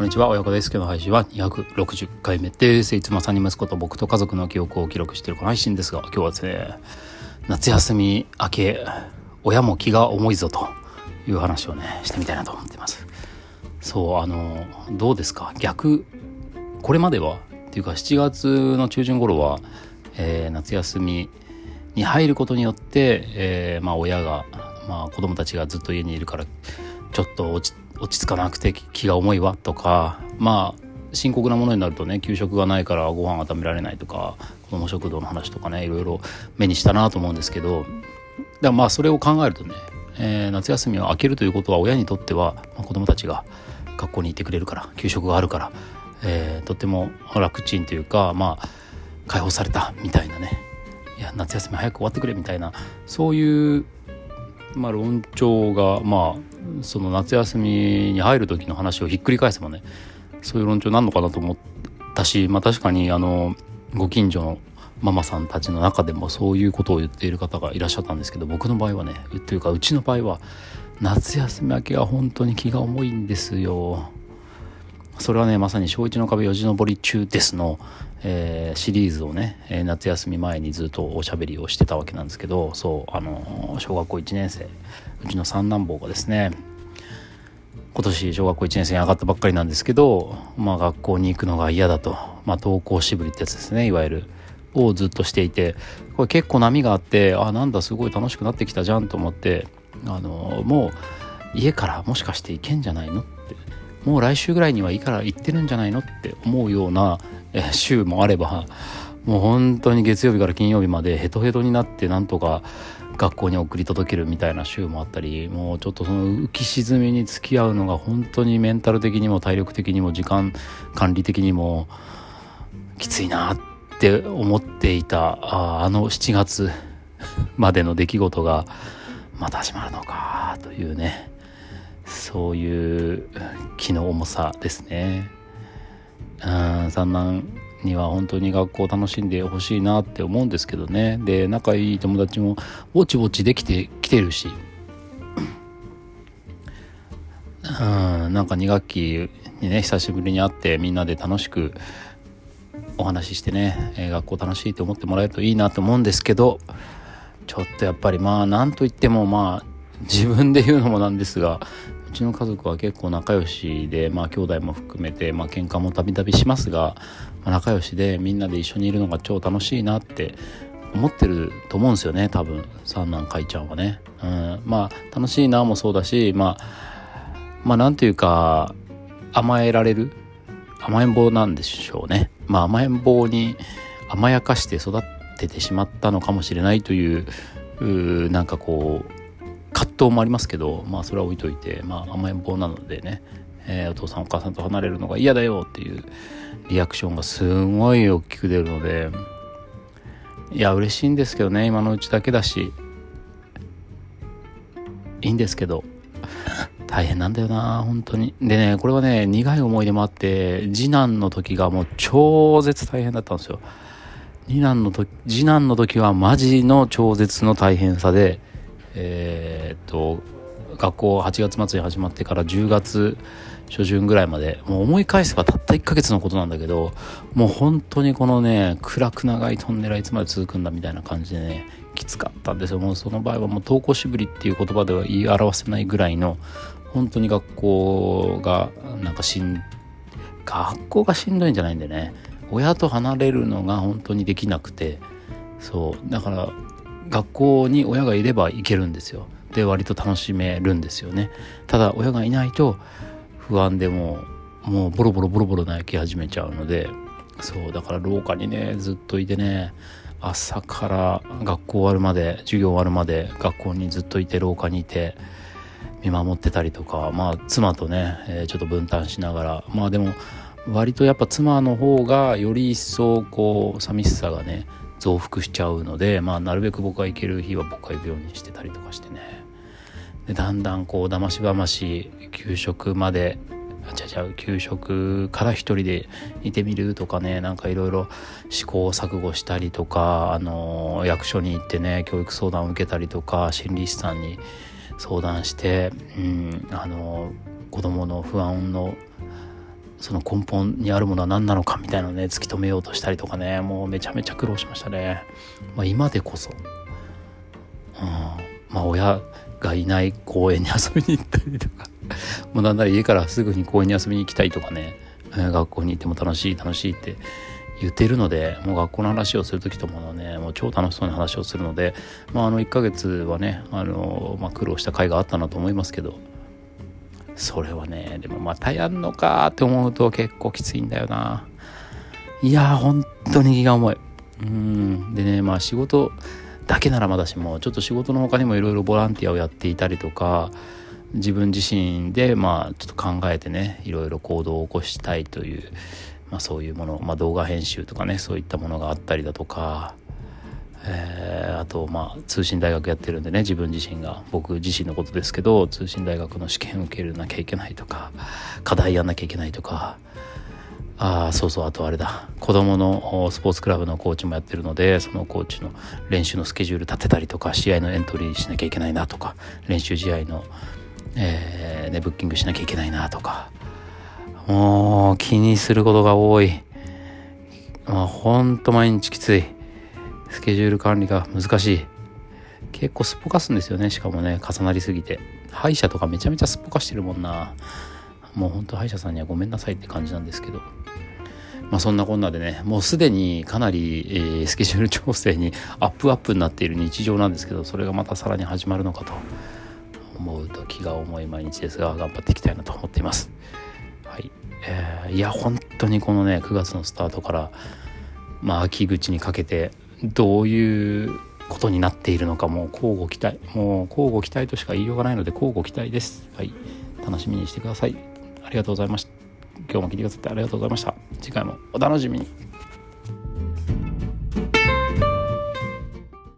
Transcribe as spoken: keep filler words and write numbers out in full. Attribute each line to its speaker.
Speaker 1: んにちは。親子大輔の配信はにひゃくろくじゅっかいめです。いつもさんにん息子と僕と家族の記憶を記録しているこの配信ですが、今日はですね、夏休み明け親も気が重いぞという話をねしてみたいなと思っています。そうあのどうですか、逆これまではっていうかしちがつの中旬頃は、えー、夏休みに入ることによって、えーまあ、親が、まあ、子供たちがずっと家にいるからちょっと落ち落ち着かなくて気が重いわとか、まあ深刻なものになるとね、給食がないからご飯が食べられないとか、子ども食堂の話とかね、いろいろ目にしたなと思うんですけど、だからまあそれを考えるとね、えー、夏休みを明けるということは親にとっては、まあ、子どもたちが学校に行ってくれるから、給食があるから、えー、とっても楽ちんというか、まあ解放されたみたいなね、いや夏休み早く終わってくれみたいな、そういうまあ、論調が、まあ、その夏休みに入る時の話をひっくり返せばね、そういう論調なんのかなと思ったし、まあ、確かにあのご近所のママさんたちの中でもそういうことを言っている方がいらっしゃったんですけど、僕の場合はね、というかうちの場合は夏休み明けは本当に気が重いんですよ。それはね、まさに小一の壁よじ登り中ですの、えー、シリーズをね、えー、夏休み前にずっとおしゃべりをしてたわけなんですけど、そうあのー、小学校いちねん生、うちの三男坊がですね、今年小学校いちねん生に上がったばっかりなんですけど、まあ学校に行くのが嫌だと、まあ登校しぶりってやつですね、いわゆるをずっとしていて、これ結構波があって、あ、なんだすごい楽しくなってきたじゃんと思って、あのー、もう家からもしかして行けんじゃないのって、もう来週ぐらいにはいいから行ってるんじゃないのって思うような週もあれば、もう本当に月曜日から金曜日までヘトヘトになってなんとか学校に送り届けるみたいな週もあったり、もうちょっとその浮き沈みに付き合うのが本当にメンタル的にも体力的にも時間管理的にもきついなって思っていた、あ、あのしちがつまでの出来事がまた始まるのかというね、そういう気の重さですね。うん、三男には本当に学校を楽しんでほしいなって思うんですけどね。で、仲いい友達もぼちぼちできてきてるし、うん、なんかに学期にね久しぶりに会ってみんなで楽しくお話ししてね、えー、学校楽しいと思ってもらえるといいなと思うんですけど、ちょっとやっぱりまあなんといってもまあ自分で言うのもなんですが、うちの家族は結構仲良しで、まあ兄弟も含めて、まあ喧嘩もたびたびしますが、まあ、仲良しでみんなで一緒にいるのが超楽しいなって思ってると思うんですよね、多分三男かいちゃんはね。うん、まあ楽しいなもそうだし、まあまあなんていうか甘えられる甘えん坊なんでしょうね。まあ甘えん坊に甘やかして育ててしまったのかもしれないという、うなんかこう葛藤もありますけど、まあそれは置いといて、まあ甘えん坊なのでね、えー、お父さんお母さんと離れるのが嫌だよっていうリアクションがすごい大きく出るので、いや嬉しいんですけどね、今のうちだけだしいいんですけど大変なんだよな本当に。でね、これはね苦い思い出もあって、次男の時がもう超絶大変だったんですよ。二男の時次男の時はマジの超絶の大変さで、えー、っと学校はちがつ末に始まってからじゅうがつ初旬ぐらいまで、もう思い返せばたったいっかげつのことなんだけど、もう本当にこのね暗く長いトンネルはいつまで続くんだみたいな感じでね、きつかったんですよ。もうその場合はもう登校しぶりっていう言葉では言い表せないぐらいの、本当に学校がなんかしん学校がしんどいんじゃないんでね、親と離れるのが本当にできなくて、そうだから学校に親がいれば行けるんですよ。で割と楽しめるんですよね。ただ親がいないと不安でもうもうボロボロボロボロ泣き始めちゃうので、そうだから廊下にねずっといてね、朝から学校終わるまで、授業終わるまで学校にずっといて、廊下にいて見守ってたりとか、まあ妻とね、えー、ちょっと分担しながら、まあでも割とやっぱ妻の方がより一層こう寂しさがね増幅しちゃうので、まあなるべく僕が行ける日は僕が行くようにしてたりとかしてね。でだんだんこうだましばまし給食までじゃじゃ給食から一人でいてみるとかね、なんかいろいろ試行錯誤したりとか、あのー、役所に行ってね教育相談を受けたりとか、心理師さんに相談して、うん、あのー、子供の不安のその根本にあるものは何なのかみたいなのをね突き止めようとしたりとかね、もうめちゃめちゃ苦労しましたね。まあ、今でこそ、うん、まあ親がいない公園に遊びに行ったりとかもうなんなら家からすぐに公園に遊びに行きたいとかね、学校に行っても楽しい楽しいって言ってるので、もう学校の話をする時ともねもう超楽しそうな話をするので、まあ、あのいっかげつはねあの、まあ、苦労した甲斐があったなと思いますけど、それはねでもまたやんのかって思うと結構きついんだよな。いやー本当に気が重い。うんでねまあ仕事だけならまだしも、ちょっと仕事の他にもいろいろボランティアをやっていたりとか、自分自身でまあちょっと考えてねいろいろ行動を起こしたいという、まあ、そういうもの、まあ、動画編集とかねそういったものがあったりだとか、えー、あとまあ通信大学やってるんでね、自分自身が僕自身のことですけど通信大学の試験受けなきゃいけないとか、課題やんなきゃいけないとか、あそうそうあとあれだ、子供のスポーツクラブのコーチもやってるので、そのコーチの練習のスケジュール立てたりとか、試合のエントリーしなきゃいけないなとか、練習試合の、えーね、ブッキングしなきゃいけないなとか、もう気にすることが多い。まあ、ほんと毎日きつい。スケジュール管理が難しい。結構すっぽかすんですよね。しかもね重なりすぎて、歯医者とかめちゃめちゃすっぽかしてるもんな。もうほんと歯医者さんにはごめんなさいって感じなんですけど、まあそんなこんなでねもうすでにかなり、えー、スケジュール調整にアップアップになっている日常なんですけど、それがまたさらに始まるのかと思うと気が重い毎日ですが、頑張っていきたいなと思っています。はい、えー、いや本当にこのねくがつのスタートからまあ秋口にかけてどういうことになっているのか、もう交互期待、もう交互期待としか言いようがないので交互期待です。はい、楽しみにしてください。ありがとうございました。今日も聞いてくださってありがとうございました。次回もお楽しみに。